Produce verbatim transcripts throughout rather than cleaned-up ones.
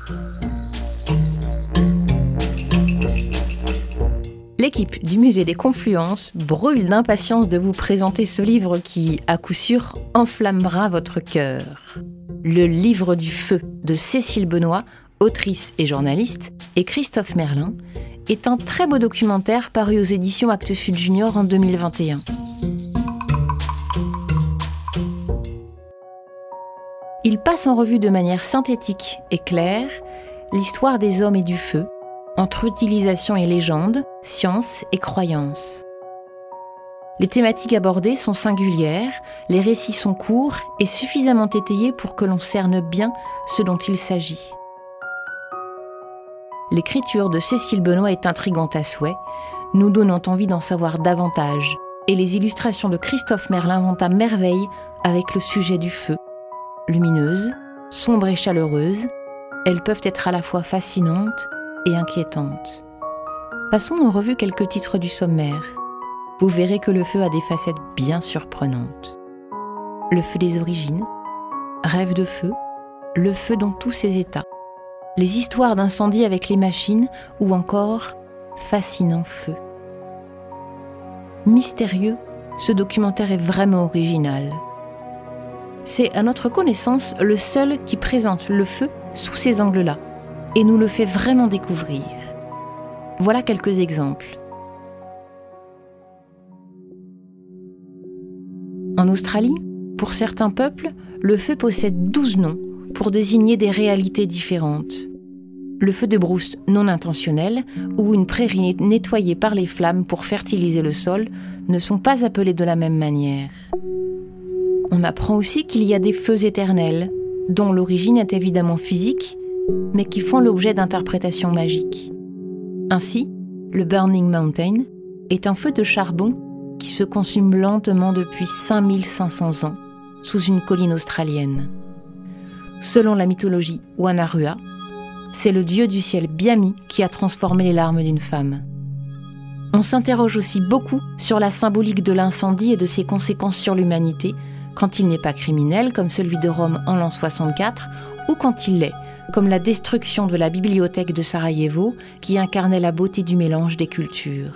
L'équipe du Musée des Confluences brûle d'impatience de vous présenter ce livre qui, à coup sûr, enflammera votre cœur. Le Livre du Feu de Cécile Benoît, autrice et journaliste, et Christophe Merlin, est un très beau documentaire paru aux éditions Actes Sud Junior en deux mille vingt et un. Il passe en revue de manière synthétique et claire l'histoire des hommes et du feu, entre utilisation et légende, science et croyance. Les thématiques abordées sont singulières, les récits sont courts et suffisamment étayés pour que l'on cerne bien ce dont il s'agit. L'écriture de Cécile Benoît est intrigante à souhait, nous donnant envie d'en savoir davantage, et les illustrations de Christophe Merlin vont à merveille avec le sujet du feu. Lumineuses, sombres et chaleureuses, elles peuvent être à la fois fascinantes et inquiétantes. Passons en revue quelques titres du sommaire. Vous verrez que le feu a des facettes bien surprenantes. Le feu des origines, rêve de feu, le feu dans tous ses états, les histoires d'incendie avec les machines ou encore fascinant feu. Mystérieux, ce documentaire est vraiment original. C'est, à notre connaissance, le seul qui présente le feu sous ces angles-là et nous le fait vraiment découvrir. Voilà quelques exemples. En Australie, pour certains peuples, le feu possède douze noms pour désigner des réalités différentes. Le feu de brousse non intentionnel ou une prairie nettoyée par les flammes pour fertiliser le sol ne sont pas appelés de la même manière. On apprend aussi qu'il y a des feux éternels, dont l'origine est évidemment physique, mais qui font l'objet d'interprétations magiques. Ainsi, le Burning Mountain est un feu de charbon qui se consume lentement depuis cinq mille cinq cents ans, sous une colline australienne. Selon la mythologie Wanarua, c'est le dieu du ciel Biami qui a transformé les larmes d'une femme. On s'interroge aussi beaucoup sur la symbolique de l'incendie et de ses conséquences sur l'humanité, quand il n'est pas criminel, comme celui de Rome en l'an soixante-quatre, ou quand il l'est, comme la destruction de la bibliothèque de Sarajevo, qui incarnait la beauté du mélange des cultures.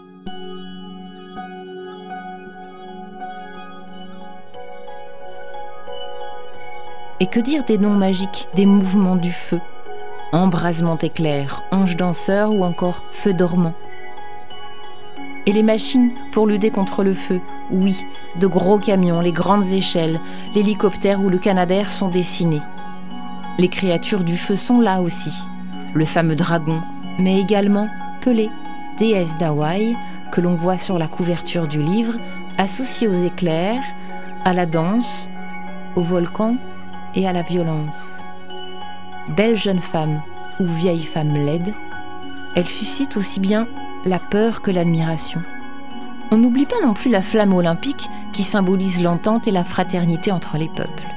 Et que dire des noms magiques, des mouvements du feu ? Embrasement éclair, ange danseur ou encore feu dormant. Et les machines pour lutter contre le feu, oui, de gros camions, les grandes échelles, l'hélicoptère ou le canadair sont dessinés. Les créatures du feu sont là aussi, le fameux dragon, mais également Pelé, déesse d'Hawaï, que l'on voit sur la couverture du livre, associée aux éclairs, à la danse, au volcan et à la violence. Belle jeune femme ou vieille femme laide, elle suscite aussi bien la peur que l'admiration. On n'oublie pas non plus la flamme olympique qui symbolise l'entente et la fraternité entre les peuples.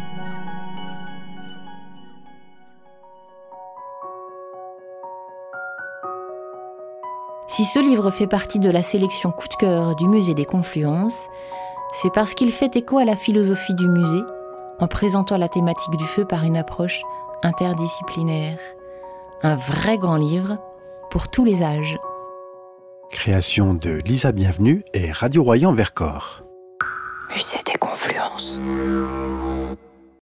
Si ce livre fait partie de la sélection coup de cœur du Musée des Confluences, c'est parce qu'il fait écho à la philosophie du musée, en présentant la thématique du feu par une approche interdisciplinaire. Un vrai grand livre pour tous les âges. Création de Lisa Bienvenue et Radio Royan Vercors. Musée des Confluences.